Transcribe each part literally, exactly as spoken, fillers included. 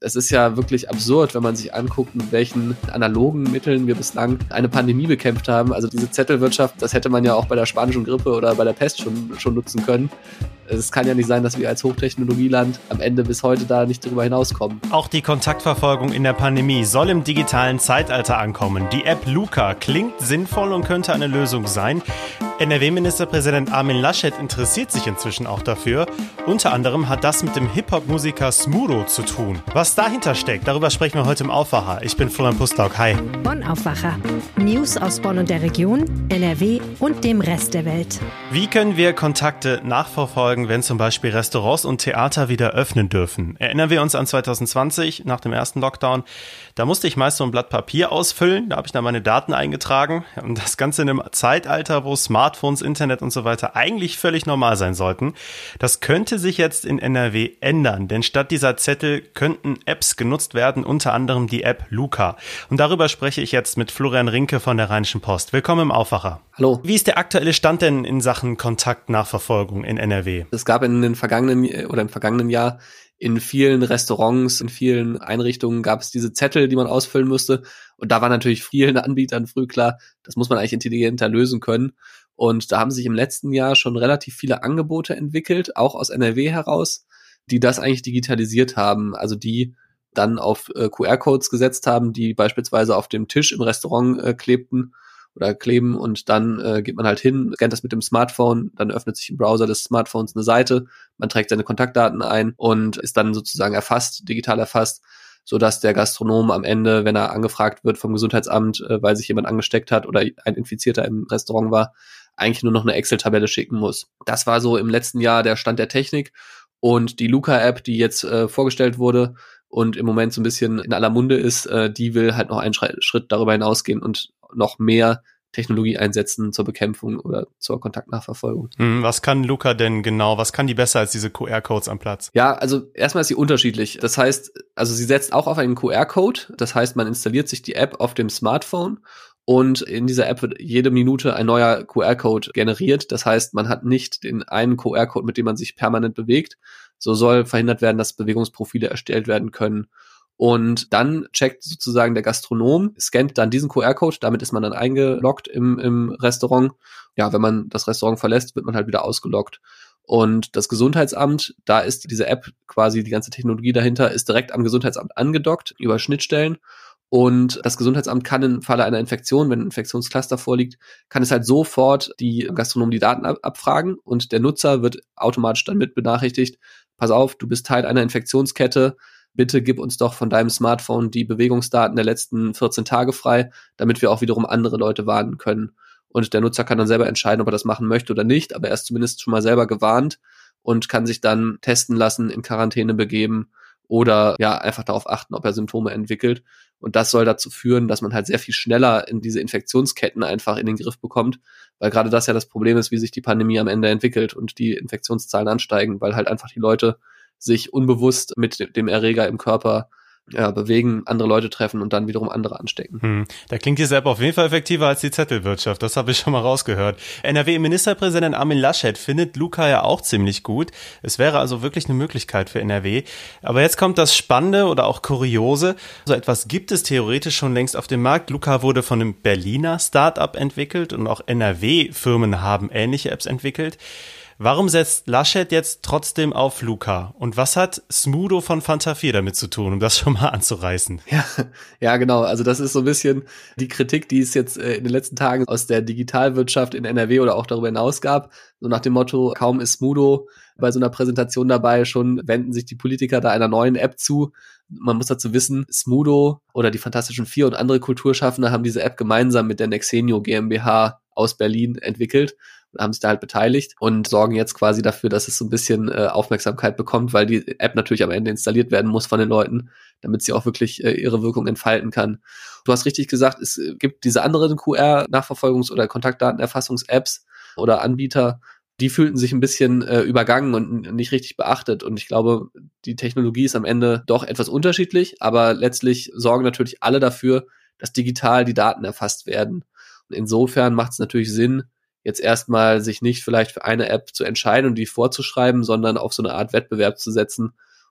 Es ist ja wirklich absurd, wenn man sich anguckt, mit welchen analogen Mitteln wir bislang eine Pandemie bekämpft haben. Also diese Zettelwirtschaft, das hätte man ja auch bei der spanischen Grippe oder bei der Pest schon, schon nutzen können. Es kann ja nicht sein, dass wir als Hochtechnologieland am Ende bis heute da nicht darüber hinauskommen. Auch die Kontaktverfolgung in der Pandemie soll im digitalen Zeitalter ankommen. Die App Luca klingt sinnvoll und könnte eine Lösung sein. N R W-Ministerpräsident Armin Laschet interessiert sich inzwischen auch dafür. Unter anderem hat das mit dem Hip-Hop-Musiker Smudo zu tun. Was dahinter steckt, darüber sprechen wir heute im Aufwacher. Ich bin Florian Pustlauk. Hi. Bonn Aufwacher. News aus Bonn und der Region, N R W und dem Rest der Welt. Wie können wir Kontakte nachverfolgen, wenn zum Beispiel Restaurants und Theater wieder öffnen dürfen? Erinnern wir uns an zwanzig zwanzig, nach dem ersten Lockdown. Da musste ich meist so ein Blatt Papier ausfüllen. Da habe ich dann meine Daten eingetragen. Und das Ganze in einem Zeitalter, wo Smartphones, Internet und so weiter eigentlich völlig normal sein sollten. Das könnte sich jetzt in N R W ändern, denn statt dieser Zettel könnten Apps genutzt werden, unter anderem die App Luca. Und darüber spreche ich jetzt mit Florian Rinke von der Rheinischen Post. Willkommen im Aufwacher. Hallo. Wie ist der aktuelle Stand denn in Sachen Kontaktnachverfolgung in N R W? Es gab in den vergangenen oder im vergangenen Jahr in vielen Restaurants, in vielen Einrichtungen gab es diese Zettel, die man ausfüllen musste. Und da war natürlich vielen Anbietern früh klar, das muss man eigentlich intelligenter lösen können. Und da haben sich im letzten Jahr schon relativ viele Angebote entwickelt, auch aus N R W heraus, die das eigentlich digitalisiert haben. Also die dann auf äh, Q R-Codes gesetzt haben, die beispielsweise auf dem Tisch im Restaurant äh, klebten oder kleben und dann äh, geht man halt hin, scannt das mit dem Smartphone, dann öffnet sich im Browser des Smartphones eine Seite, man trägt seine Kontaktdaten ein und ist dann sozusagen erfasst, digital erfasst, sodass der Gastronom am Ende, wenn er angefragt wird vom Gesundheitsamt, äh, weil sich jemand angesteckt hat oder ein Infizierter im Restaurant war, eigentlich nur noch eine Excel-Tabelle schicken muss. Das war so im letzten Jahr der Stand der Technik und die Luca-App, die jetzt äh, vorgestellt wurde und im Moment so ein bisschen in aller Munde ist, äh, die will halt noch einen Schritt darüber hinausgehen und noch mehr Technologie einsetzen zur Bekämpfung oder zur Kontaktnachverfolgung. Was kann Luca denn genau? Was kann die besser als diese Q R-Codes am Platz? Ja, also erstmal ist sie unterschiedlich. Das heißt, also sie setzt auch auf einen Q R-Code. Das heißt, man installiert sich die App auf dem Smartphone und in dieser App wird jede Minute ein neuer Q R-Code generiert. Das heißt, man hat nicht den einen Q R-Code, mit dem man sich permanent bewegt. So soll verhindert werden, dass Bewegungsprofile erstellt werden können. Und dann checkt sozusagen der Gastronom, scannt dann diesen Q R-Code, damit ist man dann eingeloggt im, im Restaurant. Ja, wenn man das Restaurant verlässt, wird man halt wieder ausgeloggt. Und das Gesundheitsamt, da ist diese App quasi, die ganze Technologie dahinter, ist direkt am Gesundheitsamt angedockt über Schnittstellen. Und das Gesundheitsamt kann im Falle einer Infektion, wenn ein Infektionscluster vorliegt, kann es halt sofort die Gastronomen die Daten ab- abfragen und der Nutzer wird automatisch dann mit benachrichtigt, pass auf, du bist Teil einer Infektionskette, bitte gib uns doch von deinem Smartphone die Bewegungsdaten der letzten vierzehn Tage frei, damit wir auch wiederum andere Leute warnen können. Und der Nutzer kann dann selber entscheiden, ob er das machen möchte oder nicht, aber er ist zumindest schon mal selber gewarnt und kann sich dann testen lassen, in Quarantäne begeben oder ja einfach darauf achten, ob er Symptome entwickelt. Und das soll dazu führen, dass man halt sehr viel schneller in diese Infektionsketten einfach in den Griff bekommt, weil gerade das ja das Problem ist, wie sich die Pandemie am Ende entwickelt und die Infektionszahlen ansteigen, weil halt einfach die Leute sich unbewusst mit dem Erreger im Körper ja, bewegen, andere Leute treffen und dann wiederum andere anstecken. Hm. Da klingt die App auf jeden Fall effektiver als die Zettelwirtschaft. Das habe ich schon mal rausgehört. N R W-Ministerpräsident Armin Laschet findet Luca ja auch ziemlich gut. Es wäre also wirklich eine Möglichkeit für N R W. Aber jetzt kommt das Spannende oder auch Kuriose. So etwas gibt es theoretisch schon längst auf dem Markt. Luca wurde von einem Berliner Start-up entwickelt und auch N R W-Firmen haben ähnliche Apps entwickelt. Warum setzt Laschet jetzt trotzdem auf Luca? Und was hat Smudo von Fanta vier damit zu tun, um das schon mal anzureißen? Ja, ja, genau. Also das ist so ein bisschen die Kritik, die es jetzt in den letzten Tagen aus der Digitalwirtschaft in N R W oder auch darüber hinaus gab. So nach dem Motto, kaum ist Smudo bei so einer Präsentation dabei, schon wenden sich die Politiker da einer neuen App zu. Man muss dazu wissen, Smudo oder die Fantastischen Vier und andere Kulturschaffende haben diese App gemeinsam mit der Nexenio GmbH aus Berlin entwickelt. Haben sich da halt beteiligt und sorgen jetzt quasi dafür, dass es so ein bisschen äh, Aufmerksamkeit bekommt, weil die App natürlich am Ende installiert werden muss von den Leuten, damit sie auch wirklich äh, ihre Wirkung entfalten kann. Du hast richtig gesagt, es gibt diese anderen Q R-Nachverfolgungs- oder Kontaktdatenerfassungs-Apps oder Anbieter, die fühlten sich ein bisschen äh, übergangen und nicht richtig beachtet. Und ich glaube, die Technologie ist am Ende doch etwas unterschiedlich, aber letztlich sorgen natürlich alle dafür, dass digital die Daten erfasst werden. Und insofern macht es natürlich Sinn, jetzt erstmal sich nicht vielleicht für eine App zu entscheiden und die vorzuschreiben, sondern auf so eine Art Wettbewerb zu setzen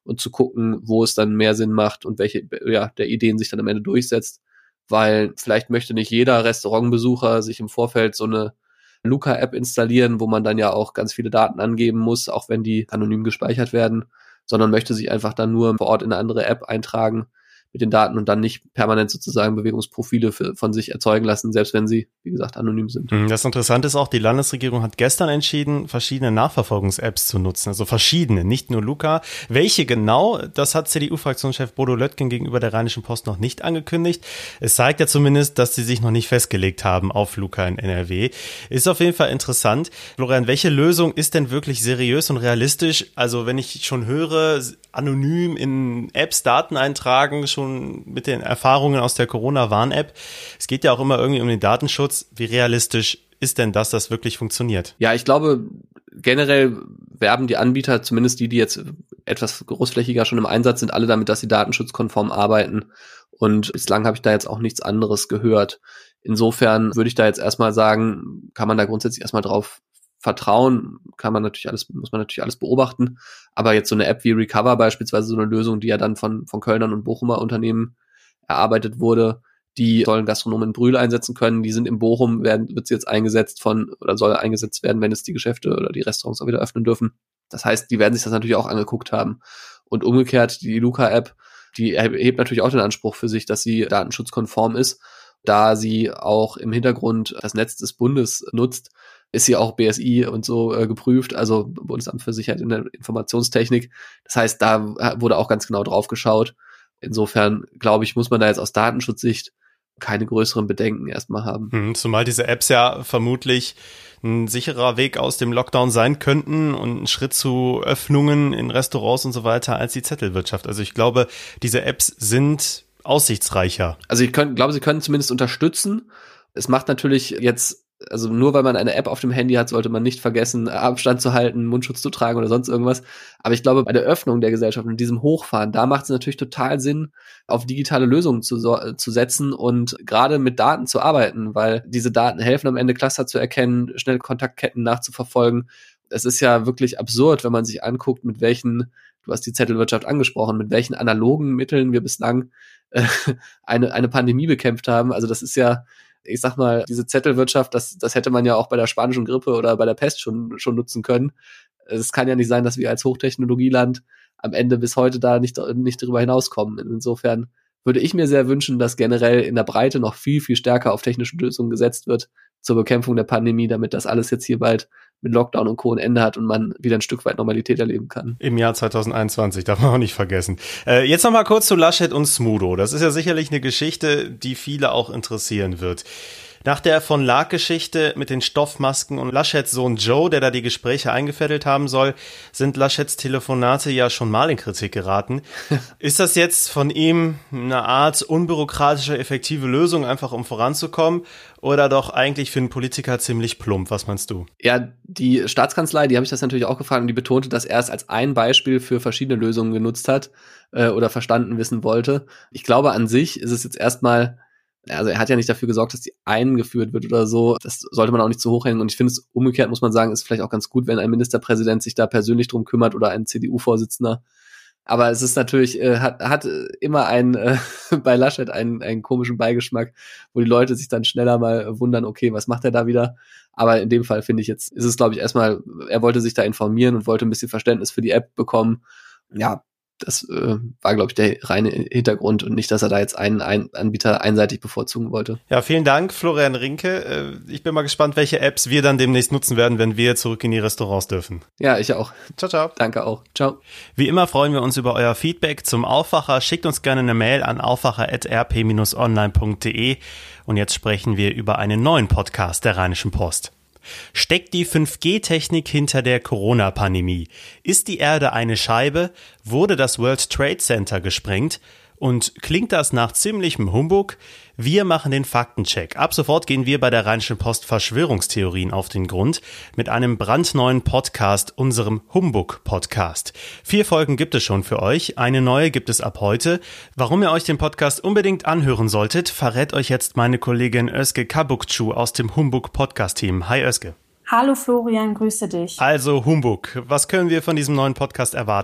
und zu gucken, wo es dann mehr Sinn macht und welche ja, der Ideen sich dann am Ende durchsetzt. Weil vielleicht möchte nicht jeder Restaurantbesucher sich im Vorfeld so eine Luca-App installieren, wo man dann ja auch ganz viele Daten angeben muss, auch wenn die anonym gespeichert werden, sondern möchte sich einfach dann nur vor Ort in eine andere App eintragen mit den Daten und dann nicht permanent sozusagen Bewegungsprofile für, von sich erzeugen lassen, selbst wenn sie, wie gesagt, anonym sind. Das Interessante ist auch, die Landesregierung hat gestern entschieden, verschiedene Nachverfolgungs-Apps zu nutzen, also verschiedene, nicht nur Luca. Welche genau, das hat C D U-Fraktionschef Bodo Löttgen gegenüber der Rheinischen Post noch nicht angekündigt. Es zeigt ja zumindest, dass sie sich noch nicht festgelegt haben auf Luca in N R W. Ist auf jeden Fall interessant. Florian, welche Lösung ist denn wirklich seriös und realistisch? Also wenn ich schon höre, anonym in Apps Daten eintragen, schon mit den Erfahrungen aus der Corona-Warn-App. Es geht ja auch immer irgendwie um den Datenschutz. Wie realistisch ist denn, dass das wirklich funktioniert? Ja, ich glaube, generell werben die Anbieter, zumindest die, die jetzt etwas großflächiger schon im Einsatz sind, alle damit, dass sie datenschutzkonform arbeiten. Und bislang habe ich da jetzt auch nichts anderes gehört. Insofern würde ich da jetzt erstmal sagen, kann man da grundsätzlich erstmal drauf vertrauen, kann man natürlich alles, muss man natürlich alles beobachten. Aber jetzt so eine App wie Recover beispielsweise, so eine Lösung, die ja dann von, von Kölnern und Bochumer Unternehmen erarbeitet wurde, die sollen Gastronomen in Brühl einsetzen können. Die sind in Bochum, werden, wird sie jetzt eingesetzt von, oder soll eingesetzt werden, wenn es die Geschäfte oder die Restaurants auch wieder öffnen dürfen. Das heißt, die werden sich das natürlich auch angeguckt haben. Und umgekehrt, die Luca-App, die erhebt natürlich auch den Anspruch für sich, dass sie datenschutzkonform ist, da sie auch im Hintergrund das Netz des Bundes nutzt, ist sie auch B S I und so äh, geprüft, also Bundesamt für Sicherheit in der Informationstechnik. Das heißt, da wurde auch ganz genau drauf geschaut. Insofern, glaube ich, muss man da jetzt aus Datenschutzsicht keine größeren Bedenken erstmal haben. Hm, zumal diese Apps ja vermutlich ein sicherer Weg aus dem Lockdown sein könnten und ein Schritt zu Öffnungen in Restaurants und so weiter als die Zettelwirtschaft. Also ich glaube, diese Apps sind aussichtsreicher. Also ich könnt, glaube, sie können zumindest unterstützen. Es macht natürlich jetzt, also nur weil man eine App auf dem Handy hat, sollte man nicht vergessen, Abstand zu halten, Mundschutz zu tragen oder sonst irgendwas. Aber ich glaube, bei der Öffnung der Gesellschaft und diesem Hochfahren, da macht es natürlich total Sinn, auf digitale Lösungen zu, zu setzen und gerade mit Daten zu arbeiten, weil diese Daten helfen am Ende, Cluster zu erkennen, schnell Kontaktketten nachzuverfolgen. Es ist ja wirklich absurd, wenn man sich anguckt, mit welchen, du hast die Zettelwirtschaft angesprochen, mit welchen analogen Mitteln wir bislang äh, eine, eine Pandemie bekämpft haben. Also das ist ja, ich sag mal, diese Zettelwirtschaft, das, das hätte man ja auch bei der spanischen Grippe oder bei der Pest schon, schon nutzen können. Es kann ja nicht sein, dass wir als Hochtechnologieland am Ende bis heute da nicht, nicht darüber hinauskommen. Insofern würde ich mir sehr wünschen, dass generell in der Breite noch viel, viel stärker auf technische Lösungen gesetzt wird zur Bekämpfung der Pandemie, damit das alles jetzt hier bald mit Lockdown und Co. ein Ende hat und man wieder ein Stück weit Normalität erleben kann. Im Jahr zwanzig einundzwanzig, darf man auch nicht vergessen. Äh, jetzt noch mal kurz zu Laschet und Smudo. Das ist ja sicherlich eine Geschichte, die viele auch interessieren wird. Nach der von Laak-Geschichte mit den Stoffmasken und Laschets Sohn Joe, der da die Gespräche eingefädelt haben soll, sind Laschets Telefonate ja schon mal in Kritik geraten. Ist das jetzt von ihm eine Art unbürokratische, effektive Lösung, einfach um voranzukommen, oder doch eigentlich für einen Politiker ziemlich plump? Was meinst du? Ja, die Staatskanzlei, die habe ich das natürlich auch gefragt und die betonte, dass er es als ein Beispiel für verschiedene Lösungen genutzt hat äh, oder verstanden wissen wollte. Ich glaube, an sich ist es jetzt erstmal, also er hat ja nicht dafür gesorgt, dass die eingeführt wird oder so. Das sollte man auch nicht zu hoch hängen. Und ich finde es umgekehrt, muss man sagen, ist vielleicht auch ganz gut, wenn ein Ministerpräsident sich da persönlich drum kümmert oder ein C D U-Vorsitzender. Aber es ist natürlich, äh, hat, hat immer ein, äh, bei Laschet einen, einen komischen Beigeschmack, wo die Leute sich dann schneller mal wundern, okay, was macht er da wieder? Aber in dem Fall finde ich jetzt, ist es glaube ich erstmal, er wollte sich da informieren und wollte ein bisschen Verständnis für die App bekommen. Ja, das äh, war, glaube ich, der reine Hintergrund und nicht, dass er da jetzt einen, einen Anbieter einseitig bevorzugen wollte. Ja, vielen Dank, Florian Rinke. Ich bin mal gespannt, welche Apps wir dann demnächst nutzen werden, wenn wir zurück in die Restaurants dürfen. Ja, ich auch. Ciao, ciao. Danke auch. Ciao. Wie immer freuen wir uns über euer Feedback zum Aufwacher. Schickt uns gerne eine Mail an aufwacher at r p dash online punkt d e. Und jetzt sprechen wir über einen neuen Podcast der Rheinischen Post. Steckt die fünf G Technik hinter der Corona-Pandemie? Ist die Erde eine Scheibe? Wurde das World Trade Center gesprengt? Und klingt das nach ziemlichem Humbug? Wir machen den Faktencheck. Ab sofort gehen wir bei der Rheinischen Post Verschwörungstheorien auf den Grund mit einem brandneuen Podcast, unserem Humbug-Podcast. Vier Folgen gibt es schon für euch. Eine neue gibt es ab heute. Warum ihr euch den Podcast unbedingt anhören solltet, verrät euch jetzt meine Kollegin Özge Kabukcu aus dem Humbug-Podcast-Team. Hi Özge. Hallo Florian, grüße dich. Also Humbug, was können wir von diesem neuen Podcast erwarten?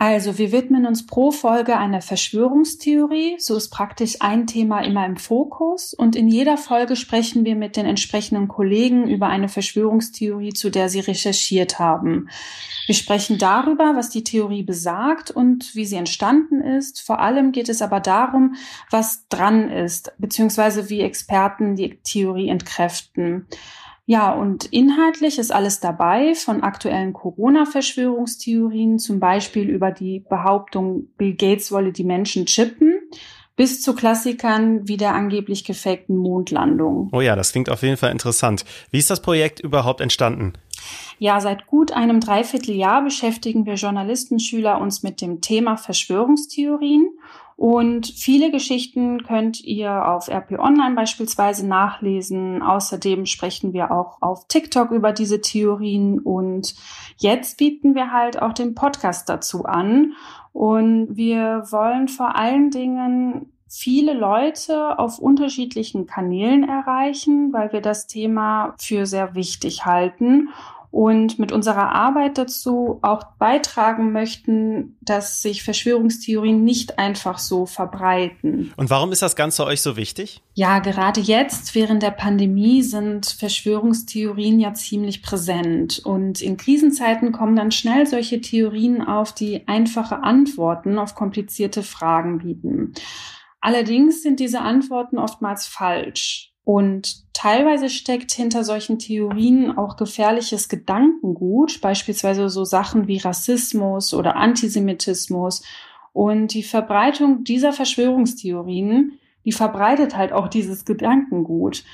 Also wir widmen uns pro Folge einer Verschwörungstheorie. So ist praktisch ein Thema immer im Fokus. Und in jeder Folge sprechen wir mit den entsprechenden Kollegen über eine Verschwörungstheorie, zu der sie recherchiert haben. Wir sprechen darüber, was die Theorie besagt und wie sie entstanden ist. Vor allem geht es aber darum, was dran ist, beziehungsweise wie Experten die Theorie entkräften. Ja, und inhaltlich ist alles dabei, von aktuellen Corona-Verschwörungstheorien, zum Beispiel über die Behauptung, Bill Gates wolle die Menschen chippen, bis zu Klassikern wie der angeblich gefakten Mondlandung. Oh ja, das klingt auf jeden Fall interessant. Wie ist das Projekt überhaupt entstanden? Ja, seit gut einem Dreivierteljahr beschäftigen wir Journalistenschüler uns mit dem Thema Verschwörungstheorien. Und viele Geschichten könnt ihr auf R P Online beispielsweise nachlesen. Außerdem sprechen wir auch auf TikTok über diese Theorien. Und jetzt bieten wir halt auch den Podcast dazu an. Und wir wollen vor allen Dingen viele Leute auf unterschiedlichen Kanälen erreichen, weil wir das Thema für sehr wichtig halten. Und mit unserer Arbeit dazu auch beitragen möchten, dass sich Verschwörungstheorien nicht einfach so verbreiten. Und warum ist das Ganze euch so wichtig? Ja, gerade jetzt während der Pandemie sind Verschwörungstheorien ja ziemlich präsent. Und in Krisenzeiten kommen dann schnell solche Theorien auf, die einfache Antworten auf komplizierte Fragen bieten. Allerdings sind diese Antworten oftmals falsch. Und teilweise steckt hinter solchen Theorien auch gefährliches Gedankengut, beispielsweise so Sachen wie Rassismus oder Antisemitismus. Und die Verbreitung dieser Verschwörungstheorien, die verbreitet halt auch dieses Gedankengut.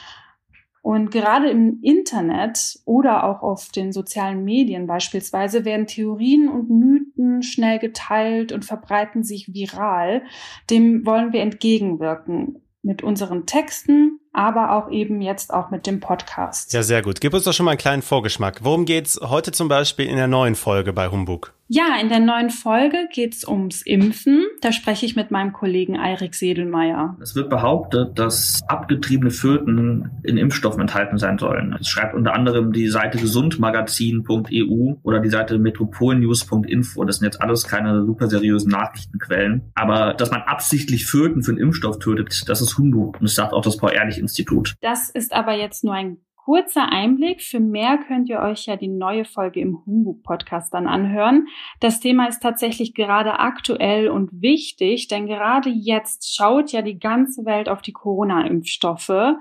Und gerade im Internet oder auch auf den sozialen Medien beispielsweise werden Theorien und Mythen schnell geteilt und verbreiten sich viral. Dem wollen wir entgegenwirken. Mit unseren Texten, aber auch eben jetzt auch mit dem Podcast. Ja, sehr gut. Gib uns doch schon mal einen kleinen Vorgeschmack. Worum geht's heute zum Beispiel in der neuen Folge bei Humbug? Ja, in der neuen Folge geht's ums Impfen. Da spreche ich mit meinem Kollegen Eirik Sedelmeier. Es wird behauptet, dass abgetriebene Föten in Impfstoffen enthalten sein sollen. Das schreibt unter anderem die Seite gesundmagazin punkt e u oder die Seite metropolnews punkt info. Das sind jetzt alles keine super seriösen Nachrichtenquellen. Aber dass man absichtlich Föten für einen Impfstoff tötet, das ist Humbug. Und das sagt auch das Paul-Ehrlich-Institut. Das ist aber jetzt nur ein kurzer Einblick. Für mehr könnt ihr euch ja die neue Folge im Humbug-Podcast dann anhören. Das Thema ist tatsächlich gerade aktuell und wichtig, denn gerade jetzt schaut ja die ganze Welt auf die Corona-Impfstoffe.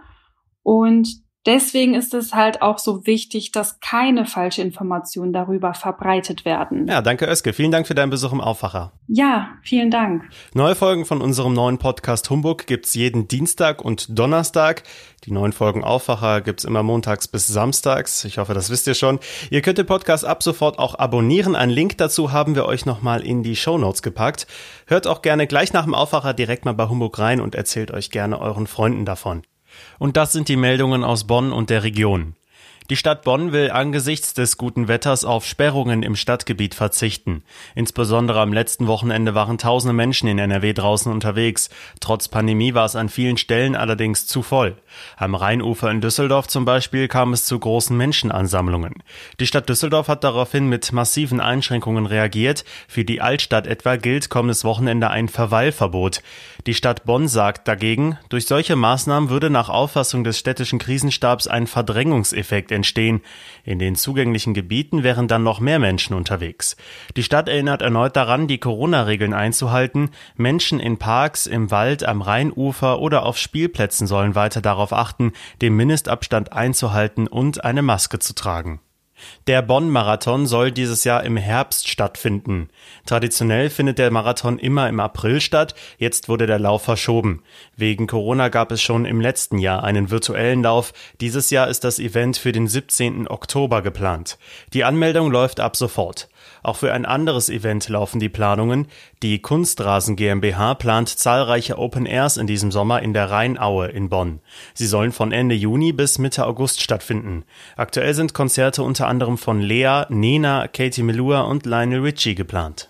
Und deswegen ist es halt auch so wichtig, dass keine falsche Informationen darüber verbreitet werden. Ja, danke Özge. Vielen Dank für deinen Besuch im Aufwacher. Ja, vielen Dank. Neue Folgen von unserem neuen Podcast Humbug gibt's jeden Dienstag und Donnerstag. Die neuen Folgen Aufwacher gibt's immer montags bis samstags. Ich hoffe, das wisst ihr schon. Ihr könnt den Podcast ab sofort auch abonnieren. Einen Link dazu haben wir euch nochmal in die Shownotes gepackt. Hört auch gerne gleich nach dem Aufwacher direkt mal bei Humbug rein und erzählt euch gerne euren Freunden davon. Und das sind die Meldungen aus Bonn und der Region. Die Stadt Bonn will angesichts des guten Wetters auf Sperrungen im Stadtgebiet verzichten. Insbesondere am letzten Wochenende waren tausende Menschen in N R W draußen unterwegs. Trotz Pandemie war es an vielen Stellen allerdings zu voll. Am Rheinufer in Düsseldorf zum Beispiel kam es zu großen Menschenansammlungen. Die Stadt Düsseldorf hat daraufhin mit massiven Einschränkungen reagiert. Für die Altstadt etwa gilt kommendes Wochenende ein Verweilverbot. Die Stadt Bonn sagt dagegen, durch solche Maßnahmen würde nach Auffassung des städtischen Krisenstabs ein Verdrängungseffekt entstehen. In den zugänglichen Gebieten wären dann noch mehr Menschen unterwegs. Die Stadt erinnert erneut daran, die Corona-Regeln einzuhalten. Menschen in Parks, im Wald, am Rheinufer oder auf Spielplätzen sollen weiter darauf achten, den Mindestabstand einzuhalten und eine Maske zu tragen. Der Bonn-Marathon soll dieses Jahr im Herbst stattfinden. Traditionell findet der Marathon immer im April statt, jetzt wurde der Lauf verschoben. Wegen Corona gab es schon im letzten Jahr einen virtuellen Lauf. Dieses Jahr ist das Event für den siebzehnten Oktober geplant. Die Anmeldung läuft ab sofort. Auch für ein anderes Event laufen die Planungen. Die Kunstrasen GmbH plant zahlreiche Open Airs in diesem Sommer in der Rheinaue in Bonn. Sie sollen von Ende Juni bis Mitte August stattfinden. Aktuell sind Konzerte unter anderem von Lea, Nena, Katie Melua und Lionel Richie geplant.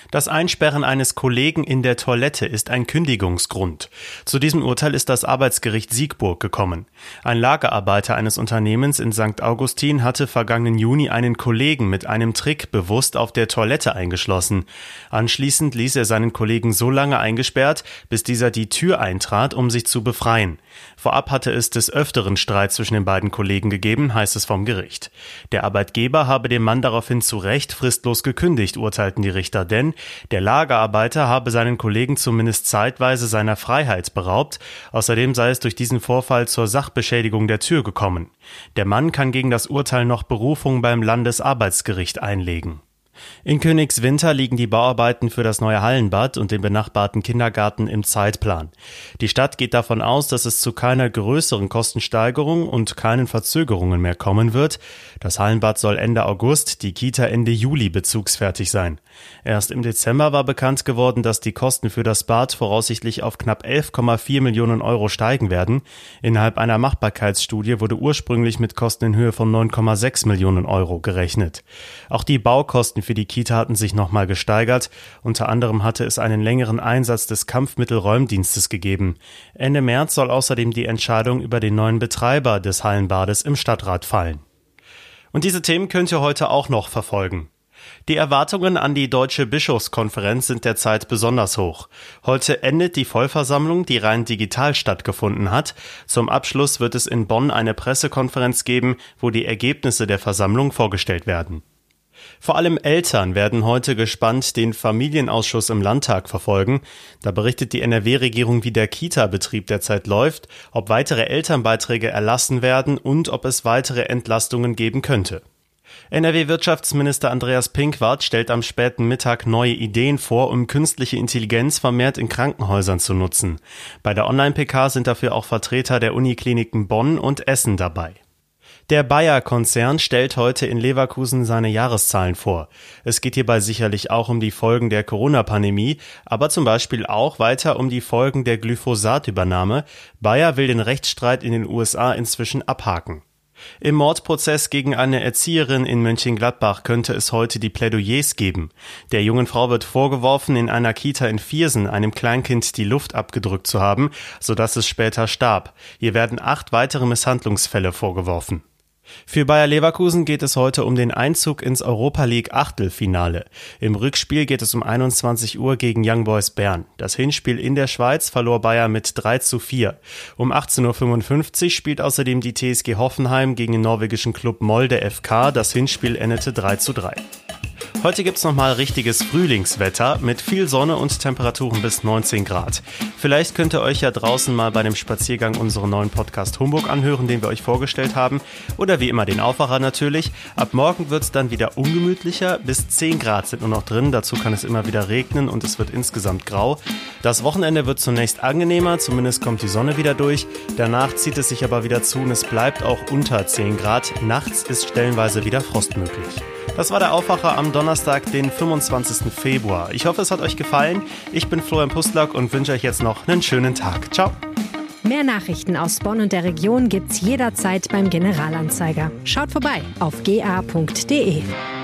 Das Einsperren eines Kollegen in der Toilette ist ein Kündigungsgrund. Zu diesem Urteil ist das Arbeitsgericht Siegburg gekommen. Ein Lagerarbeiter eines Unternehmens in Sankt Augustin hatte vergangenen Juni einen Kollegen mit einem Trick bewusst auf der Toilette eingeschlossen. Anschließend ließ er seinen Kollegen so lange eingesperrt, bis dieser die Tür eintrat, um sich zu befreien. Vorab hatte es des Öfteren Streit zwischen den beiden Kollegen gegeben, heißt es vom Gericht. Der Arbeitgeber habe dem Mann daraufhin zu Recht fristlos gekündigt, urteilten die Richter, denn der Lagerarbeiter habe seinen Kollegen zumindest zeitweise seiner Freiheit beraubt. Außerdem sei es durch diesen Vorfall zur Sachbeschädigung der Tür gekommen. Der Mann kann gegen das Urteil noch Berufung beim Landesarbeitsgericht einlegen. In Königswinter liegen die Bauarbeiten für das neue Hallenbad und den benachbarten Kindergarten im Zeitplan. Die Stadt geht davon aus, dass es zu keiner größeren Kostensteigerung und keinen Verzögerungen mehr kommen wird. Das Hallenbad soll Ende August, die Kita Ende Juli bezugsfertig sein. Erst im Dezember war bekannt geworden, dass die Kosten für das Bad voraussichtlich auf knapp elf Komma vier Millionen Euro steigen werden. Innerhalb einer Machbarkeitsstudie wurde ursprünglich mit Kosten in Höhe von neun Komma sechs Millionen Euro gerechnet. Auch die Baukosten für die Kita hatten sich nochmal gesteigert. Unter anderem hatte es einen längeren Einsatz des Kampfmittelräumdienstes gegeben. Ende März soll außerdem die Entscheidung über den neuen Betreiber des Hallenbades im Stadtrat fallen. Und diese Themen könnt ihr heute auch noch verfolgen. Die Erwartungen an die Deutsche Bischofskonferenz sind derzeit besonders hoch. Heute endet die Vollversammlung, die rein digital stattgefunden hat. Zum Abschluss wird es in Bonn eine Pressekonferenz geben, wo die Ergebnisse der Versammlung vorgestellt werden. Vor allem Eltern werden heute gespannt den Familienausschuss im Landtag verfolgen. Da berichtet die N R W-Regierung, wie der Kita-Betrieb derzeit läuft, ob weitere Elternbeiträge erlassen werden und ob es weitere Entlastungen geben könnte. N R W-Wirtschaftsminister Andreas Pinkwart stellt am späten Mittag neue Ideen vor, um künstliche Intelligenz vermehrt in Krankenhäusern zu nutzen. Bei der Online-P K sind dafür auch Vertreter der Unikliniken Bonn und Essen dabei. Der Bayer-Konzern stellt heute in Leverkusen seine Jahreszahlen vor. Es geht hierbei sicherlich auch um die Folgen der Corona-Pandemie, aber zum Beispiel auch weiter um die Folgen der Glyphosat-Übernahme. Bayer will den Rechtsstreit in den U S A inzwischen abhaken. Im Mordprozess gegen eine Erzieherin in Mönchengladbach könnte es heute die Plädoyers geben. Der jungen Frau wird vorgeworfen, in einer Kita in Viersen einem Kleinkind die Luft abgedrückt zu haben, sodass es später starb. Ihr werden acht weitere Misshandlungsfälle vorgeworfen. Für Bayer Leverkusen geht es heute um den Einzug ins Europa League Achtelfinale. Im Rückspiel geht es um einundzwanzig Uhr gegen Young Boys Bern. Das Hinspiel in der Schweiz verlor Bayer mit drei zu vier. Um achtzehn Uhr fünfundfünfzig spielt außerdem die T S G Hoffenheim gegen den norwegischen Club Molde F K. Das Hinspiel endete drei zu drei. Heute gibt's nochmal richtiges Frühlingswetter mit viel Sonne und Temperaturen bis neunzehn Grad. Vielleicht könnt ihr euch ja draußen mal bei dem Spaziergang unseren neuen Podcast Humbug anhören, den wir euch vorgestellt haben. Oder wie immer den Aufwacher natürlich. Ab morgen wird's dann wieder ungemütlicher. Bis zehn Grad sind nur noch drin. Dazu kann es immer wieder regnen und es wird insgesamt grau. Das Wochenende wird zunächst angenehmer, zumindest kommt die Sonne wieder durch. Danach zieht es sich aber wieder zu und es bleibt auch unter zehn Grad. Nachts ist stellenweise wieder Frost möglich. Das war der Aufwacher am Donnerstag, den fünfundzwanzigsten Februar. Ich hoffe, es hat euch gefallen. Ich bin Florian Pustlauk und wünsche euch jetzt noch einen schönen Tag. Ciao. Mehr Nachrichten aus Bonn und der Region gibt's jederzeit beim Generalanzeiger. Schaut vorbei auf g a punkt d e.